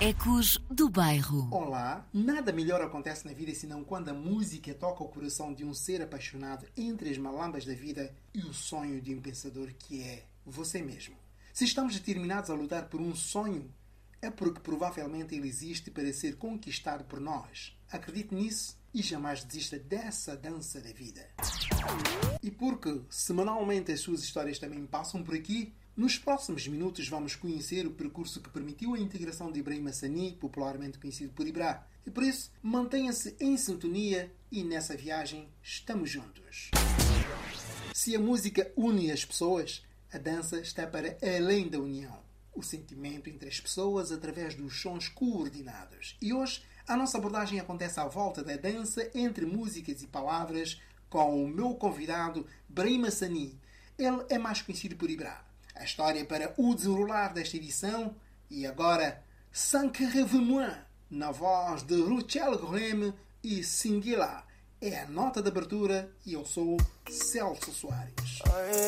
Ecos do Bairro. Olá, nada melhor acontece na vida senão quando a música toca o coração de um ser apaixonado entre as malambas da vida e o sonho de um pensador que é você mesmo. Se estamos determinados a lutar por um sonho, é porque provavelmente ele existe para ser conquistado por nós. Acredite nisso e jamais desista dessa dança da vida. E porque semanalmente as suas histórias também passam por aqui, nos próximos minutos vamos conhecer o percurso que permitiu a integração de Ibrahim Hassani, popularmente conhecido por Ibra. E por isso, mantenha-se em sintonia e nessa viagem estamos juntos. Se a música une as pessoas, a dança está para além da união. O sentimento entre as pessoas através dos sons coordenados. E hoje, a nossa abordagem acontece à volta da dança entre músicas e palavras com o meu convidado, Ibrahim Hassani. Ele é mais conhecido por Ibra. A história para o desenrolar desta edição e agora Cinq Rêves-moi, na voz de Ruchel Gourem e Singila. É a nota de abertura e eu sou Celso Soares.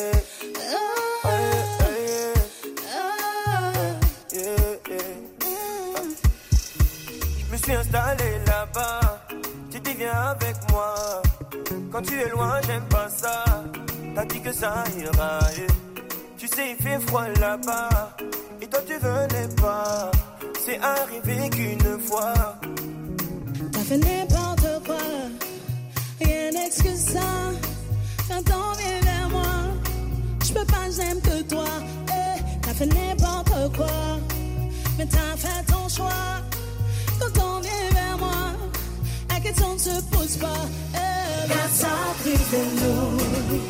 Je me suis installé là-bas, tu dis viens avec moi. Quand tu es loin, j'aime pas ça. T'as dit que ça ira. Tu sais, il fait froid là-bas. Et toi, tu venais pas. C'est arrivé qu'une fois. T'as fait n'importe quoi. Rien n'excuse ça. Quand on vient vers moi, je peux pas, j'aime que toi. T'as fait n'importe quoi. Mais t'as fait ton choix. Quand on vient vers moi, la question ne se pose pas. Car ça prive nous.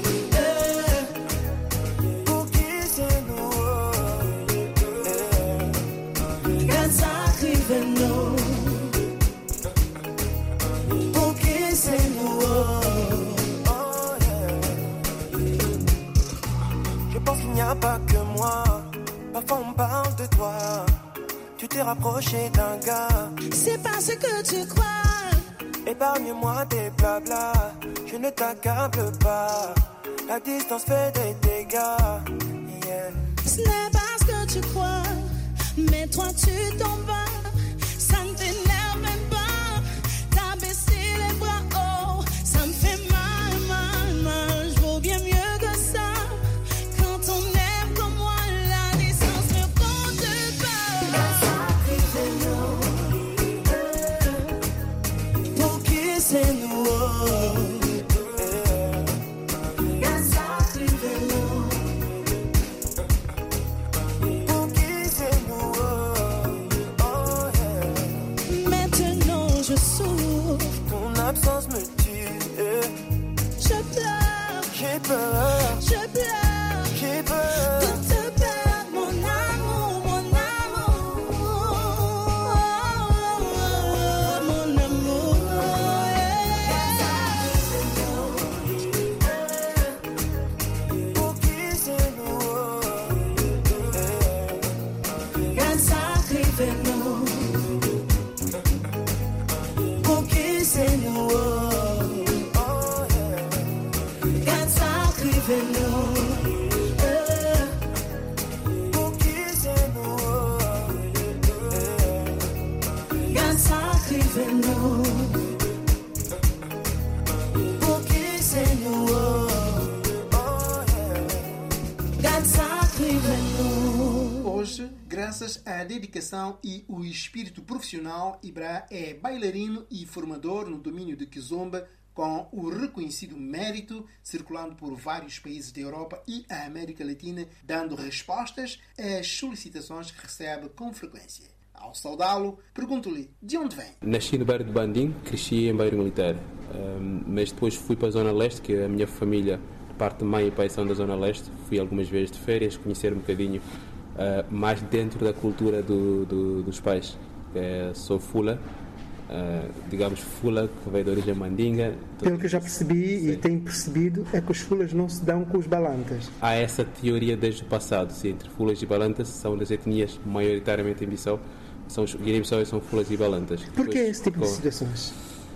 Je pense qu'il n'y a pas que moi. Parfois on parle de toi. Tu t'es rapproché d'un gars. C'est pas ce que tu crois. Épargne-moi tes blabla. Je ne t'accable pas. La distance fait des dégâts. Yeah. Ce n'est pas ce que tu crois. Mais toi tu t'en vas. Ça ne t'énerve même pas. T'as baissé les bras, oh. Ça me fait mal, mal, mal. Je vaux bien mieux que ça. Quand on aime comme moi, la distance ne compte pas. Pour qui c'est nous? L'absence me tue. Je pleure. J'ai peur. Je pleure. J'ai peur. De te perdre, mon amour, mon amour. Mon amour. Pour qui c'est nous? Quand ça arrive, nous. Pour qui c'est nous? Quand ça arrive, nous. Pour qui c'est nous? Quand ça arrive, nous. Pour qui c'est nous? Quand ça arrive, nous. Hoje, graças à dedicação e o espírito profissional, Ibra é bailarino e formador no domínio de Kizomba, com o reconhecido mérito, circulando por vários países da Europa e a América Latina, dando respostas às solicitações que recebe com frequência. Ao saudá-lo, pergunto-lhe de onde vem. Nasci no bairro de Bandim, cresci em bairro militar, mas depois fui para a Zona Leste, que a minha família, parte de mãe e pai, são da Zona Leste. Fui algumas vezes de férias, conhecer um bocadinho mais dentro da cultura dos pais. Sou fula, digamos fula, que veio da origem mandinga. Pelo que eu já percebi e tenho percebido, é que os fulas não se dão com os balantas. Há essa teoria desde o passado, sim, entre fulas e balantas, são das etnias maioritariamente em Bissau. Os Guiné-Bissau são fulas e balantas. Porquê esse tipo de situações?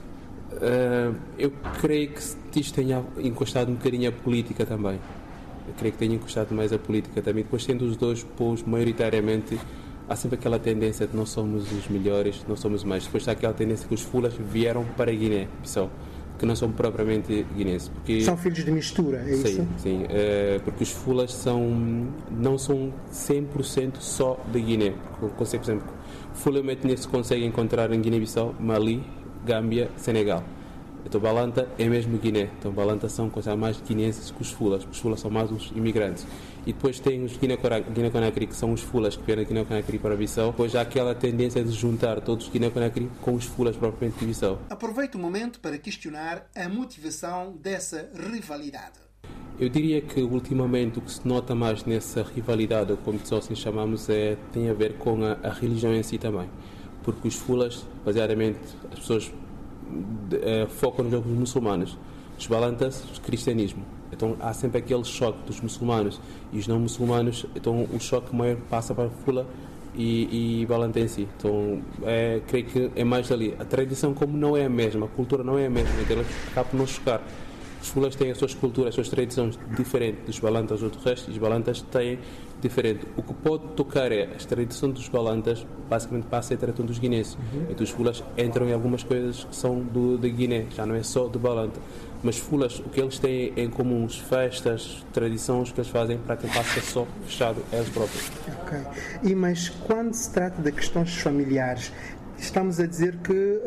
Eu creio que isto tenha encostado um bocadinho a política também. Eu creio que tenha encostado mais a política também. Depois, tendo os dois povos maioritariamente há sempre aquela tendência de não somos os melhores, não somos mais. Depois há aquela tendência que os fulas vieram para a Guiné-Bissau, que não são propriamente guineenses. São filhos de mistura, é isso? Sim, porque os fulas não são 100% só de Guiné. Por exemplo, fula etnia se consegue encontrar em Guiné-Bissau, Mali, Gâmbia, Senegal. Então Balanta é mesmo Guiné. Então Balanta são mais guineenses que os fulas. Os fulas são mais os imigrantes. E depois tem os Guiné-Conakry, que são os fulas que vêm da Guiné-Conakry para Bissau. Depois há aquela tendência de juntar todos os Guiné-Conakry com os fulas propriamente de Bissau. Aproveito o momento para questionar a motivação dessa rivalidade. Eu diria que ultimamente o que se nota mais nessa rivalidade, ou como só assim chamamos, tem a ver com a religião em si também. Porque os fulas, baseadamente, as pessoas focam nos jogos muçulmanos, os balantas, o cristianismo. Então há sempre aquele choque dos muçulmanos e os não muçulmanos, então o choque maior passa para a fula e balanta em si. Então creio que é mais ali. A tradição, como não é a mesma, a cultura não é a mesma, então ela acaba por não chocar. Os fulas têm as suas culturas, as suas tradições diferentes dos balantas ou do resto, e os balantas têm diferente. O que pode tocar é a tradição dos balantas, basicamente passa a tradição dos guineenses. Então os fulas entram em algumas coisas que são da Guiné, já não é só do balanta. Mas fulas, o que eles têm em comum, as festas, tradições que eles fazem, para que passe só fechado a eles próprios. Ok. Mas quando se trata de questões familiares, estamos a dizer que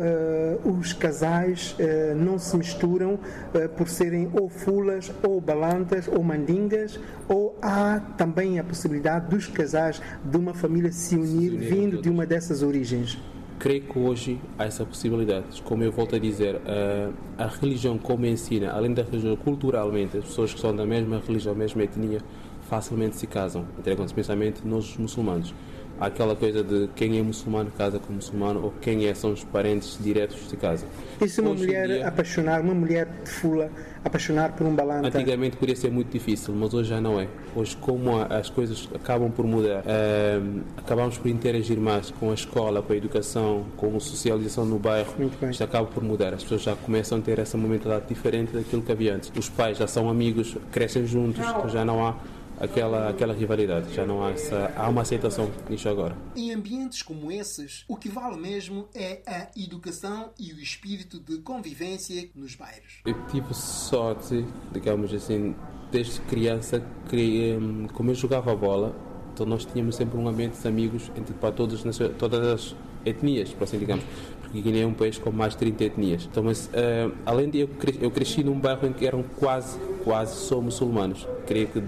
os casais não se misturam por serem ou fulas, ou balantas, ou mandingas, ou há também a possibilidade dos casais de uma família se unir vindo de uma dessas origens? Creio que hoje há essa possibilidade. Como eu volto a dizer, a religião como ensina, além da religião culturalmente, as pessoas que são da mesma religião, mesma etnia, facilmente se casam, entregam-se principalmente nos muçulmanos. Há aquela coisa de quem é muçulmano casa com muçulmano, ou quem são os parentes diretos de casa. E se uma mulher apaixonar, uma mulher de fula, apaixonar por um balanta? Antigamente podia ser muito difícil, mas hoje já não é. Hoje, como as coisas acabam por mudar, acabamos por interagir mais com a escola, com a educação, com a socialização no bairro, isto acaba por mudar. As pessoas já começam a ter essa mentalidade diferente daquilo que havia antes. Os pais já são amigos, crescem juntos, então já não há aquela rivalidade, já não há uma aceitação nisso agora. Em ambientes como esses, o que vale mesmo é a educação e o espírito de convivência nos bairros. Eu tive sorte, digamos assim, desde criança, como eu jogava bola, então nós tínhamos sempre um ambiente de amigos entre todas as etnias, por assim digamos. Porque Guiné é um país com mais de 30 etnias. Então, mas, além de eu cresci num bairro em que eram quase só muçulmanos. Creio que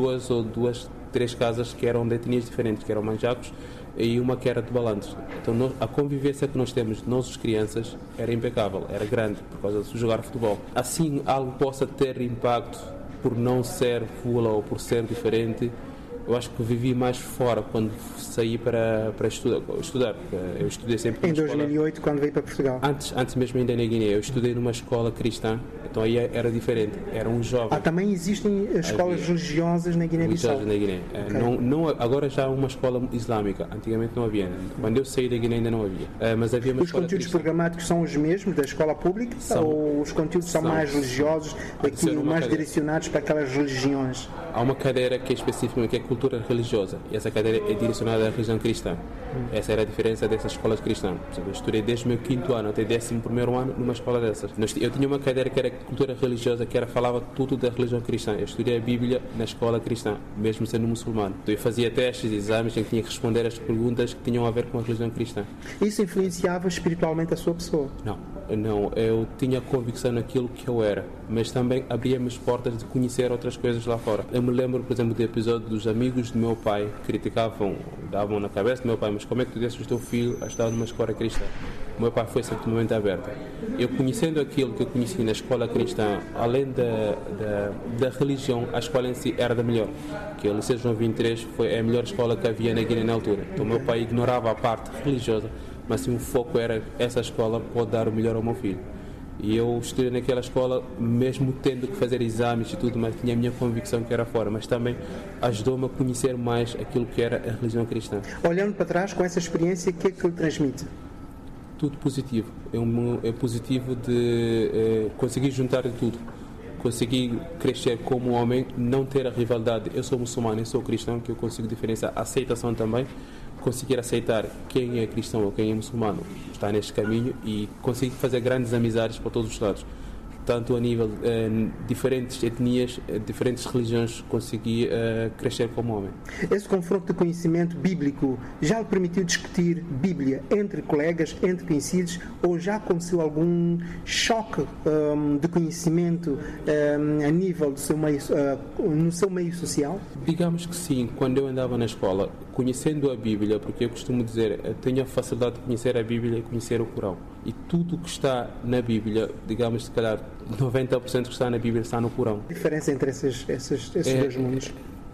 duas, três casas que eram de etnias diferentes, que eram manjacos e uma que era de balantes. Então a convivência que nós temos, nós as crianças, era impecável, era grande, por causa de jogar futebol. Assim, algo possa ter impacto por não ser fula ou por ser diferente, eu acho que vivi mais fora quando saí para estudar. Eu estudei sempre em 2008, quando veio para Portugal? Antes mesmo ainda na Guiné. Eu estudei numa escola cristã, então aí era diferente. Era um jovem. Também existem escolas religiosas na Guiné-Bissau? Na Guiné. Okay. Não, agora já há uma escola islâmica. Antigamente não havia. Quando eu saí da Guiné ainda não havia. Mas havia uma os conteúdos cristã. Programáticos são os mesmos da escola pública? Ou os conteúdos são mais religiosos, mais direcionados para aquelas religiões? Há uma cadeira que é específica, que é cultura religiosa, e essa cadeira é direcionada à religião cristã. Essa era a diferença dessas escolas cristãs. Eu estudei desde o meu 5º ano até 11º ano numa escola dessas. Eu tinha uma cadeira que era cultura religiosa, que falava tudo da religião cristã. Eu estudei a Bíblia na escola cristã, mesmo sendo muçulmano. Então eu fazia testes, exames, em que tinha que responder as perguntas que tinham a ver com a religião cristã. Isso influenciava espiritualmente a sua pessoa? Não, eu tinha convicção naquilo que eu era, mas também abria-me as portas de conhecer outras coisas lá fora. Eu me lembro, por exemplo, do episódio dos amigos do meu pai, criticavam, davam na cabeça do meu pai, mas como é que tu deixas o teu filho a estudar numa escola cristã? O meu pai foi simplesmente aberto. Eu, conhecendo aquilo que eu conheci na escola cristã, além da religião, a escola em si era da melhor. Que o Liceu João 23 foi a melhor escola que havia na Guiné na altura. Então o meu pai ignorava a parte religiosa, mas sim o foco era essa escola pode dar o melhor ao meu filho. E eu estudei naquela escola, mesmo tendo que fazer exames e tudo, mas tinha a minha convicção que era fora, mas também ajudou-me a conhecer mais aquilo que era a religião cristã. Olhando para trás, com essa experiência, o que é que lhe transmite? Tudo positivo. É positivo de conseguir juntar de tudo. Conseguir crescer como homem, não ter a rivalidade. Eu sou muçulmano, eu sou cristão, que eu consigo diferenciar a aceitação também, conseguir aceitar quem é cristão ou quem é muçulmano, está neste caminho e conseguir fazer grandes amizades para todos os lados. Tanto a nível de diferentes etnias, diferentes religiões, conseguir crescer como homem. Esse confronto de conhecimento bíblico já lhe permitiu discutir Bíblia entre colegas, entre conhecidos, ou já aconteceu algum choque de conhecimento a nível do seu meio, no seu meio social? Digamos que sim. Quando eu andava na escola, conhecendo a Bíblia, porque eu costumo dizer, eu tenho a facilidade de conhecer a Bíblia e conhecer o Corão. E tudo que está na Bíblia, digamos, se calhar 90% que está na Bíblia está no Corão. A diferença entre esses dois mundos?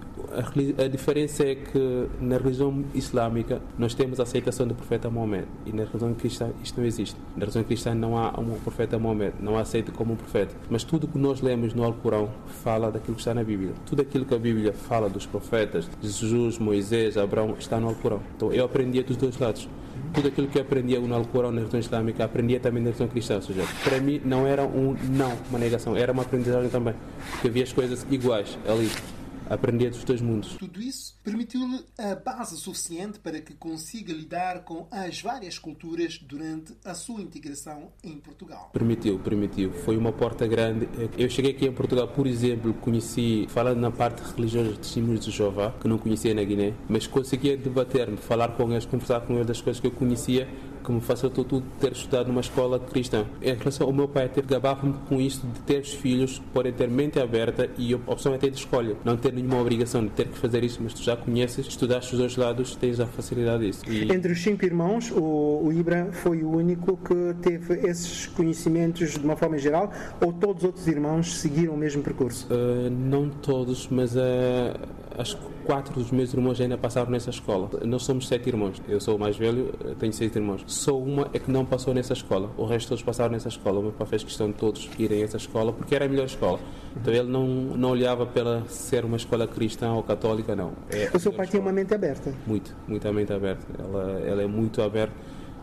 A diferença é que na religião islâmica nós temos a aceitação do profeta Maomé e na religião cristã isto não existe. Na religião cristã não há um profeta Maomé, não há aceito como um profeta. Mas tudo que nós lemos no Alcorão fala daquilo que está na Bíblia. Tudo aquilo que a Bíblia fala dos profetas, de Jesus, Moisés, Abraão, está no Alcorão. Então eu aprendia dos dois lados. Tudo aquilo que eu aprendia no Alcorão na religião islâmica, aprendia também na religião cristã. Ou seja, para mim não era uma negação, era uma aprendizagem também. Porque havia as coisas iguais ali. Aprendia dos dois mundos. Tudo isso permitiu-lhe a base suficiente para que consiga lidar com as várias culturas durante a sua integração em Portugal. Permitiu. Foi uma porta grande. Eu cheguei aqui em Portugal, por exemplo, conheci, falando na parte religiosa de Testemunhos de Jeová, que não conhecia na Guiné, mas conseguia debater-me, falar com eles, conversar com eles das coisas que eu conhecia, que me facilitou tudo ter estudado numa escola cristã. Em relação ao meu pai, gabava-me com isto de ter os filhos, podem ter mente aberta e a opção é ter de escolha. Não ter nenhuma obrigação de ter que fazer isso, mas tu já conheces, estudaste os dois lados, tens a facilidade disso. Entre os 5 irmãos, o Ibra foi o único que teve esses conhecimentos de uma forma geral, ou todos os outros irmãos seguiram o mesmo percurso? Não todos, mas acho que 4 dos meus irmãos ainda passaram nessa escola. Nós somos 7 irmãos. Eu sou o mais velho, tenho 6 irmãos. Só uma é que não passou nessa escola. O resto todos passaram nessa escola. O meu pai fez questão de todos irem a essa escola porque era a melhor escola. Então ele não olhava pela ser uma escola cristã ou católica, não. O seu pai tinha uma mente aberta? Muita mente aberta. Ela é muito aberta.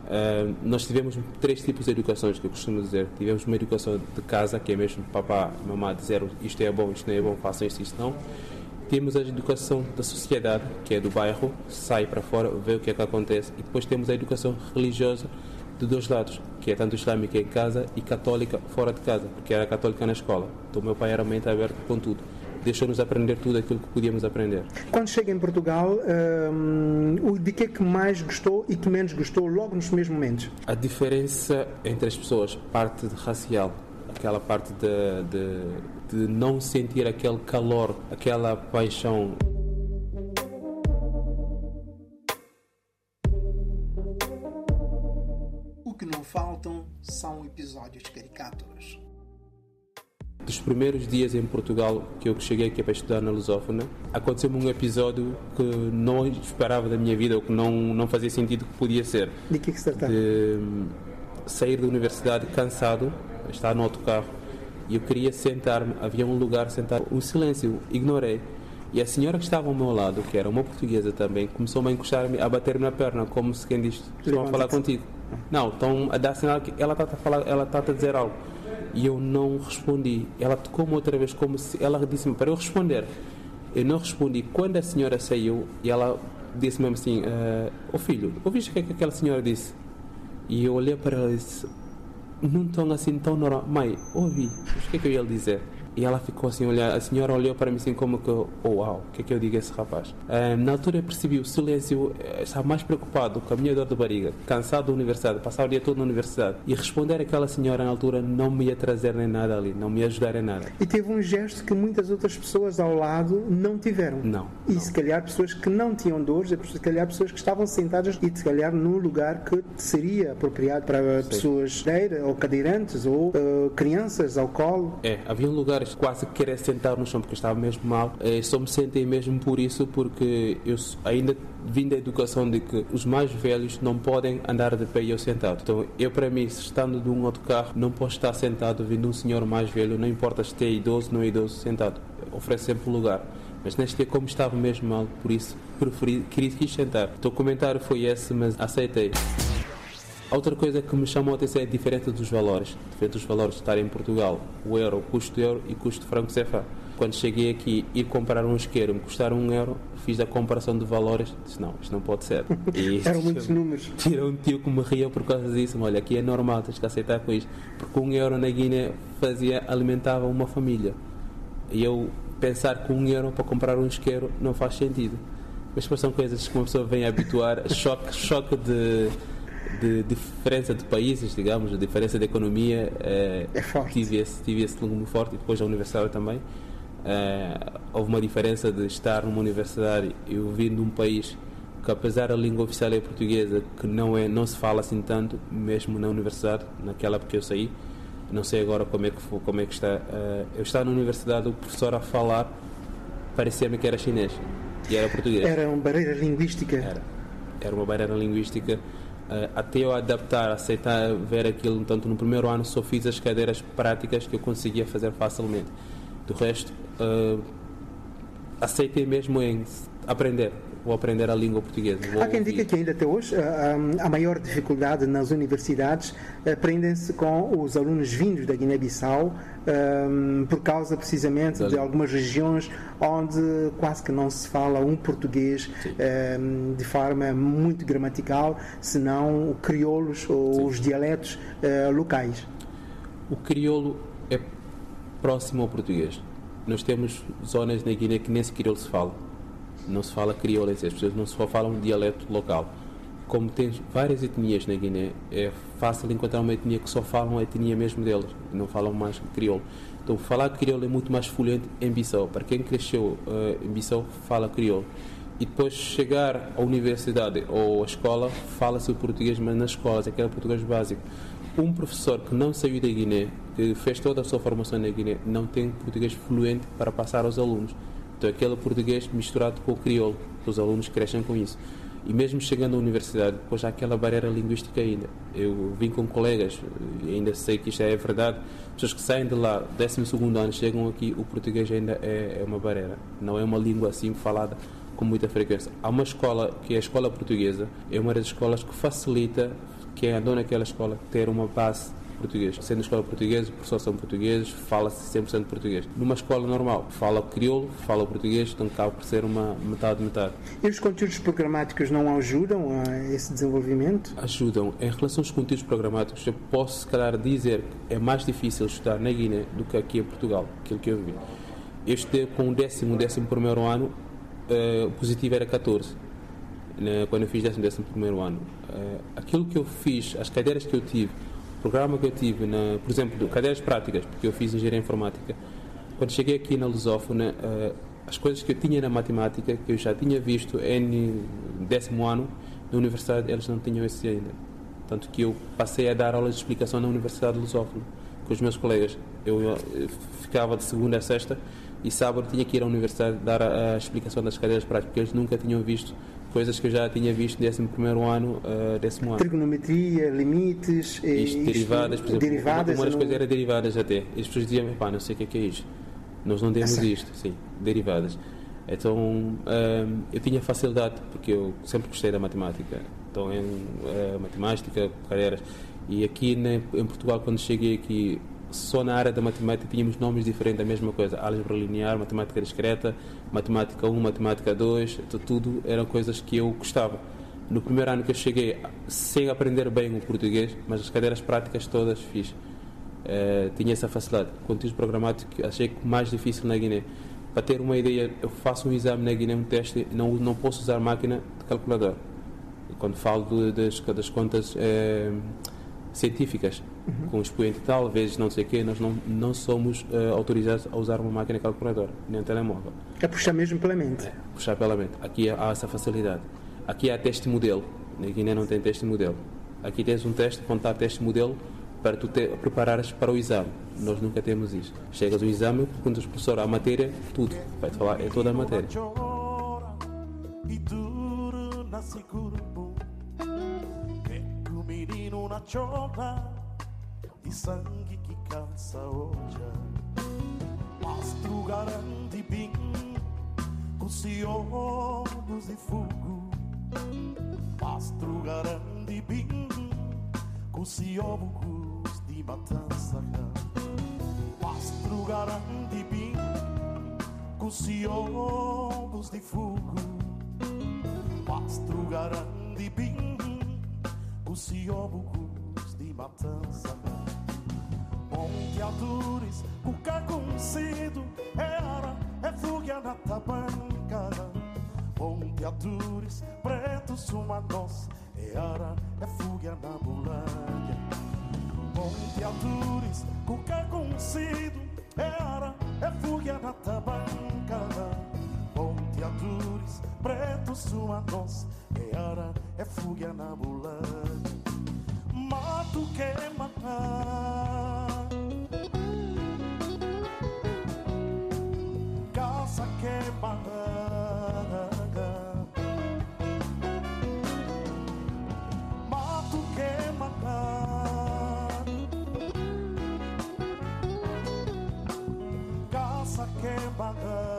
Nós tivemos 3 tipos de educações, que eu costumo dizer. Tivemos uma educação de casa, que é mesmo papá e mamá dizer isto é bom, isto não é bom, façam isto não. Temos a educação da sociedade, que é do bairro, sai para fora, vê o que é que acontece. E depois temos a educação religiosa de dois lados, que é tanto islâmica em casa e católica fora de casa, porque era católica na escola. Então o meu pai era mente aberta com tudo. Deixou-nos aprender tudo aquilo que podíamos aprender. Quando chega em Portugal, de que é que mais gostou e que menos gostou logo nos primeiros momentos? A diferença entre as pessoas, parte racial, aquela parte de não sentir aquele calor, aquela paixão. O que não faltam são episódios caricatos. Dos primeiros dias em Portugal que eu cheguei aqui para estudar na Lusófona, aconteceu-me um episódio que não esperava da minha vida, ou que não fazia sentido que podia ser. De que se trata? De sair da universidade cansado, estar no autocarro, e eu queria sentar-me, havia um lugar sentado, um silêncio, ignorei. E a senhora que estava ao meu lado, que era uma portuguesa também, começou-me a encostar-me, a bater-me na perna, como se quem diz, estão a falar contigo. Não, estão a dar sinal que ela está a falar, ela está a dizer algo. E eu não respondi. Ela tocou-me outra vez, como se ela disse-me para eu responder. Eu não respondi. Quando a senhora saiu, e ela disse mesmo assim, filho, ouviste o que é que aquela senhora disse? E eu olhei para ela e disse, não tão assim tão normal. Mãe, ouvi, o que é que eu ia lhe dizer? E ela ficou assim a olhar, a senhora olhou para mim assim como que, uau, o que é que eu digo a esse rapaz? Na altura eu percebi o silêncio, estava mais preocupado com a minha dor de barriga, cansado da universidade, passar o dia todo na universidade. E responder àquela senhora na altura não me ia trazer nem nada ali, não me ia ajudar em nada. E teve um gesto que muitas outras pessoas ao lado não tiveram. Não. E se calhar pessoas que não tinham dores, se calhar pessoas que estavam sentadas e se calhar num lugar que seria apropriado para pessoas ou cadeirantes ou crianças ao colo. Havia lugares quase que querer sentar no chão porque eu estava mesmo mal. Só me sentei mesmo por isso, porque eu ainda vim da educação de que os mais velhos não podem andar de pé e eu sentado. Então eu, para mim, estando de um autocarro, não posso estar sentado vindo um senhor mais velho, não importa se é idoso ou não é idoso, sentado. Oferece sempre lugar. Mas neste dia, como estava mesmo mal, por isso quis sentar. Então o comentário foi esse, mas aceitei. Outra coisa que me chamou a atenção é a diferença dos valores. Diferente dos valores de estar em Portugal, o euro, o custo do euro e o custo do franco CFA. Quando cheguei aqui, ir comprar um isqueiro me custar €1, fiz a comparação de valores, disse, não, isto não pode ser. E eram muitos números. Tira um tio que me ria por causa disso, olha, aqui é normal, tens que aceitar com isto, porque €1 na Guiné alimentava uma família. E eu pensar que €1 para comprar um isqueiro não faz sentido. Mas são coisas que uma pessoa vem a habituar, choque de diferença de países, digamos, a diferença de economia, forte. Tive esse muito forte, e depois a universidade também. Houve uma diferença de estar numa universidade e eu vim de um país que, apesar da língua oficial é portuguesa, que não se fala assim tanto, mesmo na universidade, naquela época que eu saí, não sei agora como é que está. Eu estava na universidade, o professor a falar parecia-me que era chinês e era português. Era uma barreira linguística. Era uma barreira linguística. Até eu adaptar, aceitar, ver aquilo. Tanto no primeiro ano só fiz as cadeiras práticas que eu conseguia fazer facilmente. Do resto, aceitei mesmo em aprender. Vou aprender a língua portuguesa. Há quem diga que ainda até hoje a maior dificuldade nas universidades prendem-se com os alunos vindos da Guiné-Bissau, por causa precisamente de algumas regiões onde quase que não se fala um português de forma muito gramatical, senão crioulos ou os dialetos locais. O crioulo é próximo ao português. Nós temos zonas na Guiné que nem esse crioulo se fala. Não se fala crioulo, as pessoas não só falam um dialeto local. Como tem várias etnias na Guiné, é fácil encontrar uma etnia que só falam a etnia mesmo deles, não falam mais crioulo. Então, falar crioulo é muito mais fluente em Bissau. Para quem cresceu em Bissau, fala crioulo. E depois chegar à universidade ou à escola, fala-se o português, mas nas escolas, aquele português básico. Um professor que não saiu da Guiné, que fez toda a sua formação na Guiné, não tem português fluente para passar aos alunos. Então, aquele português misturado com o crioulo, os alunos crescem com isso. E mesmo chegando à universidade, depois há aquela barreira linguística ainda. Eu vim com colegas, e ainda sei que isto é verdade, pessoas que saem de lá, 12º ano, chegam aqui, o português ainda é uma barreira. Não é uma língua assim falada com muita frequência. Há uma escola, que é a escola portuguesa, é uma das escolas que facilita quem andou naquela escola ter uma base português. Sendo escola portuguesa, os professores são portugueses, fala-se 100% português. Numa escola normal, fala crioulo, fala português, então acaba por ser uma metade-metade. E os conteúdos programáticos não ajudam a esse desenvolvimento? Ajudam. Em relação aos conteúdos programáticos, eu posso, se calhar, dizer que é mais difícil estudar na Guiné do que aqui em Portugal, aquilo que eu vi. Eu estudei com o 11º ano, o positivo era 14. Quando eu fiz 11º ano. Aquilo que eu fiz, as cadeiras que eu tive, o programa que eu tive, por exemplo, cadeiras práticas, porque eu fiz engenharia informática, quando cheguei aqui na Lusófona, as coisas que eu tinha na matemática, que eu já tinha visto em 10º ano, na universidade, eles não tinham esse ainda. Tanto que eu passei a dar aulas de explicação na Universidade de Lusófona, com os meus colegas. Eu ficava de segunda a sexta, e sábado tinha que ir à universidade dar a explicação das cadeiras práticas, porque eles nunca tinham visto coisas que eu já tinha visto no 11º ano, 10º ano. Trigonometria, limites... derivadas, por exemplo. Derivadas, uma das coisas era derivadas até. E as pessoas diziam, pá, não sei o que é isto. Nós não temos isto. Sim, derivadas. Então, eu tinha facilidade, porque eu sempre gostei da matemática. Então, matemática, cadeiras. E aqui em Portugal, quando cheguei aqui, só na área da matemática tínhamos nomes diferentes da mesma coisa: álgebra linear, matemática discreta, matemática 1, matemática 2, tudo eram coisas que eu gostava. No primeiro ano que eu cheguei, sem aprender bem o português, mas as cadeiras práticas todas fiz. Tinha essa facilidade. Conteúdos programáticos achei que mais difícil na Guiné. Para ter uma ideia, eu faço um exame na Guiné, um teste, não posso usar máquina de calculador. E quando falo das contas científicas, com expoente e tal, vezes não sei o quê, nós não somos autorizados a usar uma máquina calculadora, nem um telemóvel. É puxar mesmo pela mente. Puxar pela mente. Aqui há essa facilidade. Aqui há teste modelo. Na Guiné não tem teste modelo. Aqui tens um teste, contar teste modelo para tu preparares para o exame. Nós nunca temos isso. Chegas ao exame, perguntas ao professor a matéria, tudo. Vai-te falar, é toda a matéria. De sangue que cansa hoje, mastro grande bem, com ciúmes e fogo. Mastro grande bem, com ciúmes de matança. Mastro grande bem, Cociobos de fogo, Pastro Garandi Bim, Cociobos de matança. Monte Altures, Cuca Concedo, Era, é fuga na tabancada. Monte Altures, Preto Sumanos, Era, é fuga na bulanha. Monte Altures, Cuca Concedo, Era, é fuga na tabancada. Monte Altures, Preto Sumanos, Era, é fuga na bulanha. Mato que matar, caça que barraga, mato que matar, caça que barraga.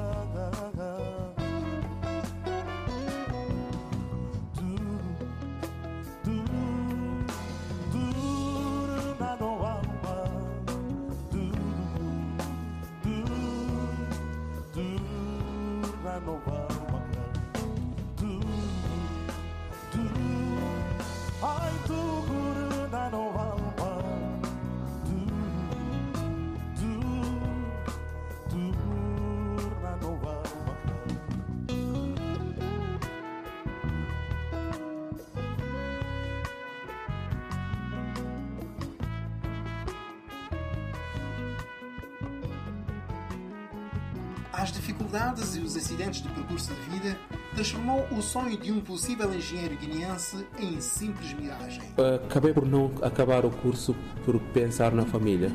As dificuldades e os acidentes do percurso de vida transformou o sonho de um possível engenheiro guineense em simples miragem. Acabei por não acabar o curso por pensar na família.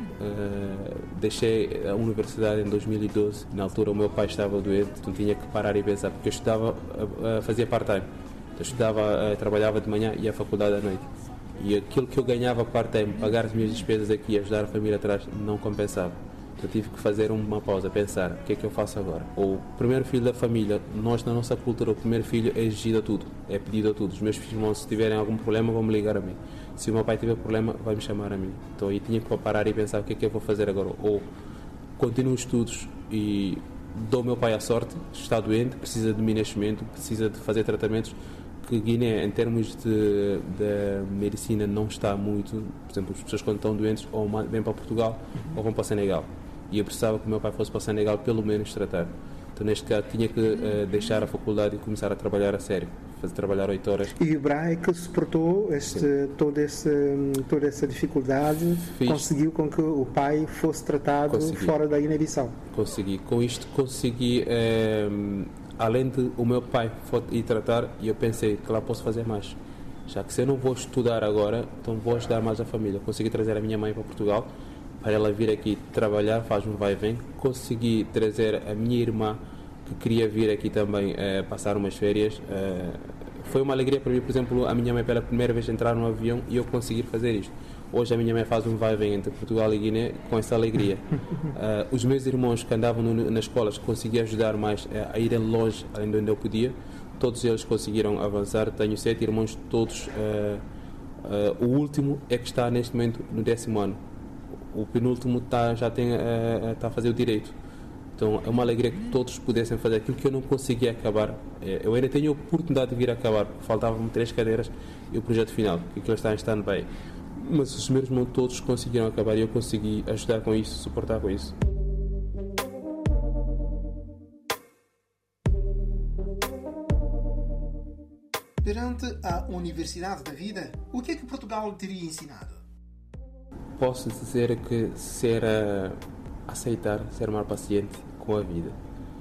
Deixei a universidade em 2012. Na altura o meu pai estava doente, então tinha que parar e pensar, porque eu estudava, fazia part-time. Eu estudava, trabalhava de manhã e ia à faculdade à noite. E aquilo que eu ganhava part-time, pagar as minhas despesas aqui e ajudar a família atrás, não compensava. Eu tive que fazer uma pausa, pensar, o que é que eu faço agora? O primeiro filho da família, nós na nossa cultura, o primeiro filho é exigido a tudo, é pedido a tudo. Os meus filhos, se tiverem algum problema, vão me ligar a mim. Se o meu pai tiver problema, vai me chamar a mim. Então eu tinha que parar e pensar, o que é que eu vou fazer agora? Ou continuo os estudos e dou ao meu pai a sorte, está doente, precisa de mim neste momento, precisa de fazer tratamentos, que Guiné, em termos de medicina, não está muito. Por exemplo, as pessoas quando estão doentes ou vêm para Portugal ou vão para o Senegal. E eu precisava que o meu pai fosse para o Senegal pelo menos tratar. Então neste caso tinha que deixar a faculdade e começar a trabalhar a sério, trabalhar 8 horas. E o Bra é que suportou toda essa dificuldade, conseguiu com que o pai fosse tratado fora da Guiné-Bissau. Consegui. Com isto consegui, além de o meu pai ir tratar, e eu pensei que lá posso fazer mais. Já que se eu não vou estudar agora, então vou ajudar mais a família. Consegui trazer a minha mãe para Portugal, para ela vir aqui trabalhar, faz um vai e vem. Consegui trazer a minha irmã, que queria vir aqui também passar umas férias. Foi uma alegria para mim, por exemplo, a minha mãe pela primeira vez entrar no avião e eu conseguir fazer isto. Hoje a minha mãe faz um vai e vem entre Portugal e Guiné com essa alegria. Os meus irmãos que andavam nas escolas consegui ajudar mais a irem longe, além de onde eu podia. Todos eles conseguiram avançar. Tenho 7 irmãos, todos. O último é que está neste momento no 10º ano. O penúltimo está a fazer o direito. Então é uma alegria que todos pudessem fazer aquilo que eu não conseguia acabar. Eu ainda tenho a oportunidade de vir acabar. Faltavam-me 3 cadeiras e o projeto final, que aquilo está em stand-by. Mas os meus irmãos todos conseguiram acabar e eu consegui ajudar com isso, suportar com isso. Perante a Universidade da Vida, o que é que Portugal teria ensinado? Posso dizer que aceitar, ser mais paciente com a vida.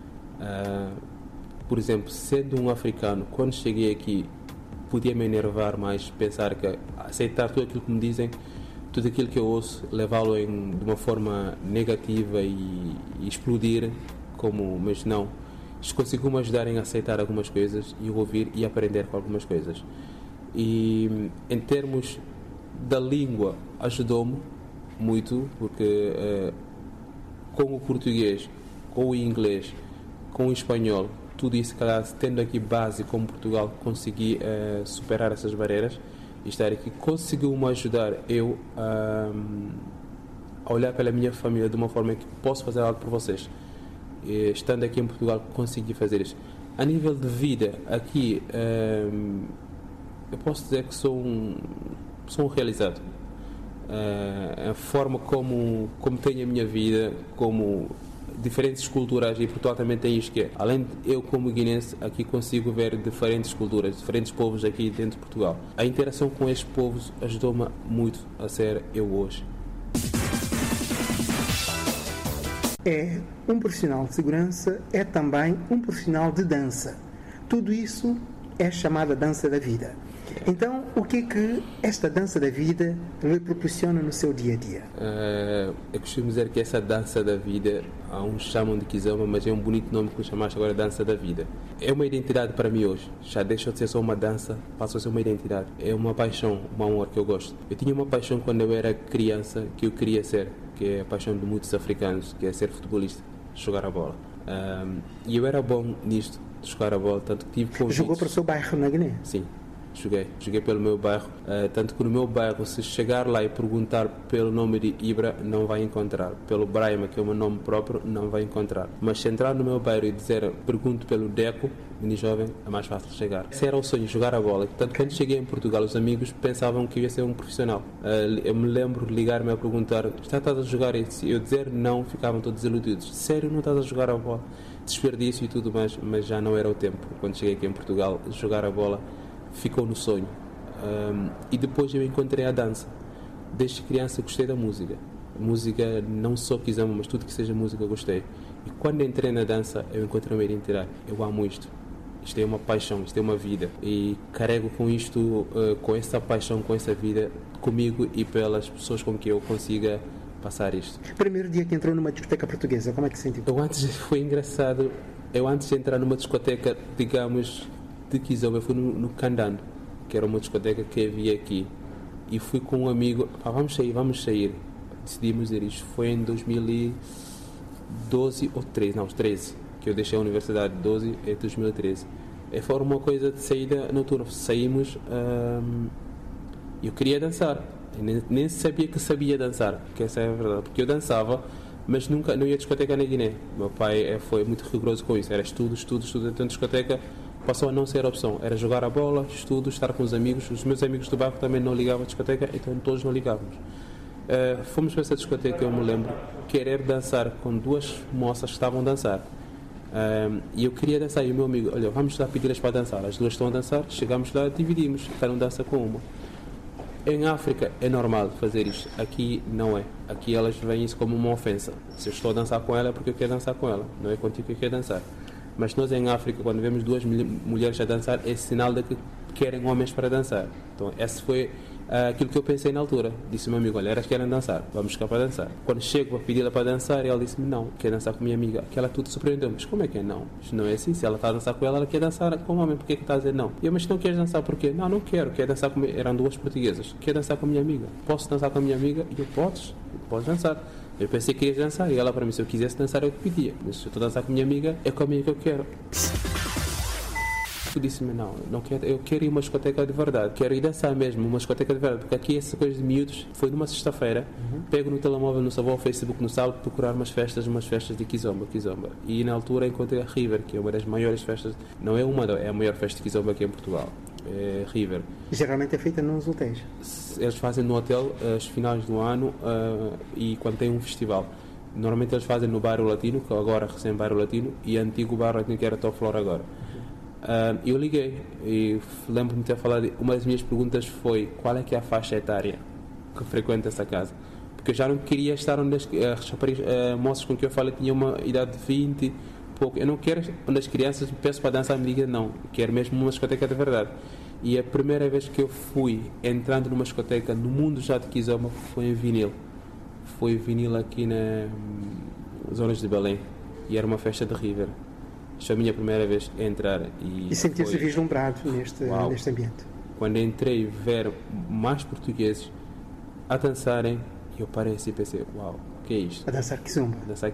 Por exemplo, sendo um africano, quando cheguei aqui, podia me enervar mais, pensar que aceitar tudo aquilo que me dizem, tudo aquilo que eu ouço, levá-lo de uma forma negativa e explodir, mas não. Isto conseguiu-me ajudar em aceitar algumas coisas e ouvir e aprender com algumas coisas. E em termos da língua, ajudou-me muito, porque com o português, com o inglês, com o espanhol, tudo isso, tendo aqui base como Portugal, consegui superar essas barreiras e estar aqui. Conseguiu-me ajudar a olhar pela minha família de uma forma que posso fazer algo por vocês. estando aqui em Portugal, consegui fazer isso. A nível de vida, aqui, eu posso dizer que sou um realizado. A forma como tenho a minha vida, como diferentes culturas, e Portugal também tem isto que é, além de eu como guinense, aqui consigo ver diferentes culturas, diferentes povos aqui dentro de Portugal. A interação com estes povos ajudou-me muito a ser eu hoje. É um profissional de segurança, é também um profissional de dança. Tudo isso é chamada dança da vida. Então, o que é que esta dança da vida lhe proporciona no seu dia a dia? Eu costumo dizer que essa dança da vida, há uns chamam de Kizomba, mas é um bonito nome que chamaste agora dança da vida. É uma identidade para mim hoje. Já deixou de ser só uma dança, passou a ser uma identidade. É uma paixão, um amor que eu gosto. Eu tinha uma paixão quando eu era criança que eu queria ser, que é a paixão de muitos africanos, que é ser futebolista, jogar a bola. E eu era bom nisto, de jogar a bola, tanto que tive convites. Jogou para o seu bairro na Guiné? Sim. Joguei pelo meu bairro, tanto que no meu bairro, se chegar lá e perguntar pelo nome de Ibra, não vai encontrar. Pelo Braima, que é o meu nome próprio, não vai encontrar. Mas se entrar no meu bairro e dizer, pergunto pelo Deco, mini jovem, é mais fácil chegar. Esse era o sonho, jogar a bola. Tanto que quando cheguei em Portugal, os amigos pensavam que eu ia ser um profissional. Eu me lembro de ligar-me a perguntar, estás a jogar isso? Eu dizer não, ficavam todos desiludidos. Sério, não estás a jogar a bola? Desperdício e tudo mais, mas já não era o tempo. Quando cheguei aqui em Portugal, jogar a bola ficou no sonho. E depois eu encontrei a dança. Desde criança gostei da música. Música, não só Kizomba, mas tudo que seja música eu gostei. E quando entrei na dança, eu encontrei uma identidade. Eu amo isto. Isto é uma paixão, isto é uma vida. E carrego com isto, com essa paixão, com essa vida, comigo e pelas pessoas com que eu consiga passar isto. Primeiro dia que entrou numa discoteca portuguesa, como é que se sentiu? Foi engraçado. Eu antes de entrar numa discoteca, digamos, de Kizomba, eu fui no Candando, que era uma discoteca que havia aqui, e fui com um amigo, vamos sair, decidimos ir. Isto foi em 2012 ou 13, que eu deixei a universidade, 12 e 2013. E foi uma coisa de saída noturna, saímos, eu queria dançar, eu nem sabia que sabia dançar, que essa é a verdade, porque eu dançava, mas nunca, não ia à discoteca na Guiné. Meu pai foi muito rigoroso com isso, era estudo, então discoteca passou a não ser a opção, era jogar a bola, estudo, estar com os amigos. Os meus amigos do bairro também não ligavam à discoteca, então todos não ligávamos. Fomos para essa discoteca, eu me lembro, querer dançar com duas moças que estavam a dançar. E eu queria dançar, e o meu amigo, olha, vamos lá pedi-las para dançar. As duas estão a dançar, chegamos lá, dividimos, cada um dança com uma. Em África é normal fazer isto, aqui não é. Aqui elas veem isso como uma ofensa. Se eu estou a dançar com ela é porque eu quero dançar com ela, não é contigo que eu quero dançar. Mas nós em África, quando vemos duas mulheres a dançar, é sinal de que querem homens para dançar. Então esse foi aquilo que eu pensei na altura. Disse ao meu amigo, olha, elas querem dançar, vamos ficar para dançar. Quando chego a pedir-la para dançar, ela disse-me não, quer dançar com minha amiga. Que ela tudo surpreendeu, mas como é que é não? Isto não é assim, se ela está a dançar com ela quer dançar com o homem, porquê que está a dizer não? E eu, mas não queres dançar porquê? Não quero dançar com... Eram duas portuguesas, quer dançar com a minha amiga. Posso dançar com a minha amiga? E eu, podes dançar. Eu pensei que querias dançar, e ela para mim, se eu quisesse dançar eu te pedia, mas se eu estou a dançar com a minha amiga, é com a amiga que eu quero. Eu disse-me, não quero, eu quero ir a uma discoteca de verdade, quero ir dançar mesmo, uma discoteca de verdade, porque aqui essa coisa de miúdos, foi numa sexta-feira, pego no telemóvel, no sábado, Facebook, no sábado, procurar umas festas de Kizomba, e na altura encontrei a River, que é uma das maiores festas, não é uma, é a maior festa de Kizomba aqui em Portugal, é River. Geralmente é feita nos hotéis? Eles fazem no hotel as finais do ano e quando tem um festival. Normalmente eles fazem no bairro Latino, que agora é recém-bairro Latino, e antigo bairro Latino, que era Top Flor agora. Eu liguei e lembro-me de ter falado, uma das minhas perguntas foi qual é que é a faixa etária que frequenta essa casa, porque eu já não queria estar onde as moças com que eu falei tinham uma idade de 20 e pouco. Eu não quero onde as crianças me peçam para dançar, me digam não, quero mesmo uma discoteca de verdade. E a primeira vez que eu fui entrando numa discoteca no mundo já de Kizomba foi em vinil. Foi vinil aqui nas zonas de Belém e era uma festa de River. Foi a minha primeira vez a entrar. E sentir-se vislumbrado neste ambiente. Quando entrei ver mais portugueses a dançarem, eu parei assim e pensei, uau, o que é isto? A dançar Kizomba.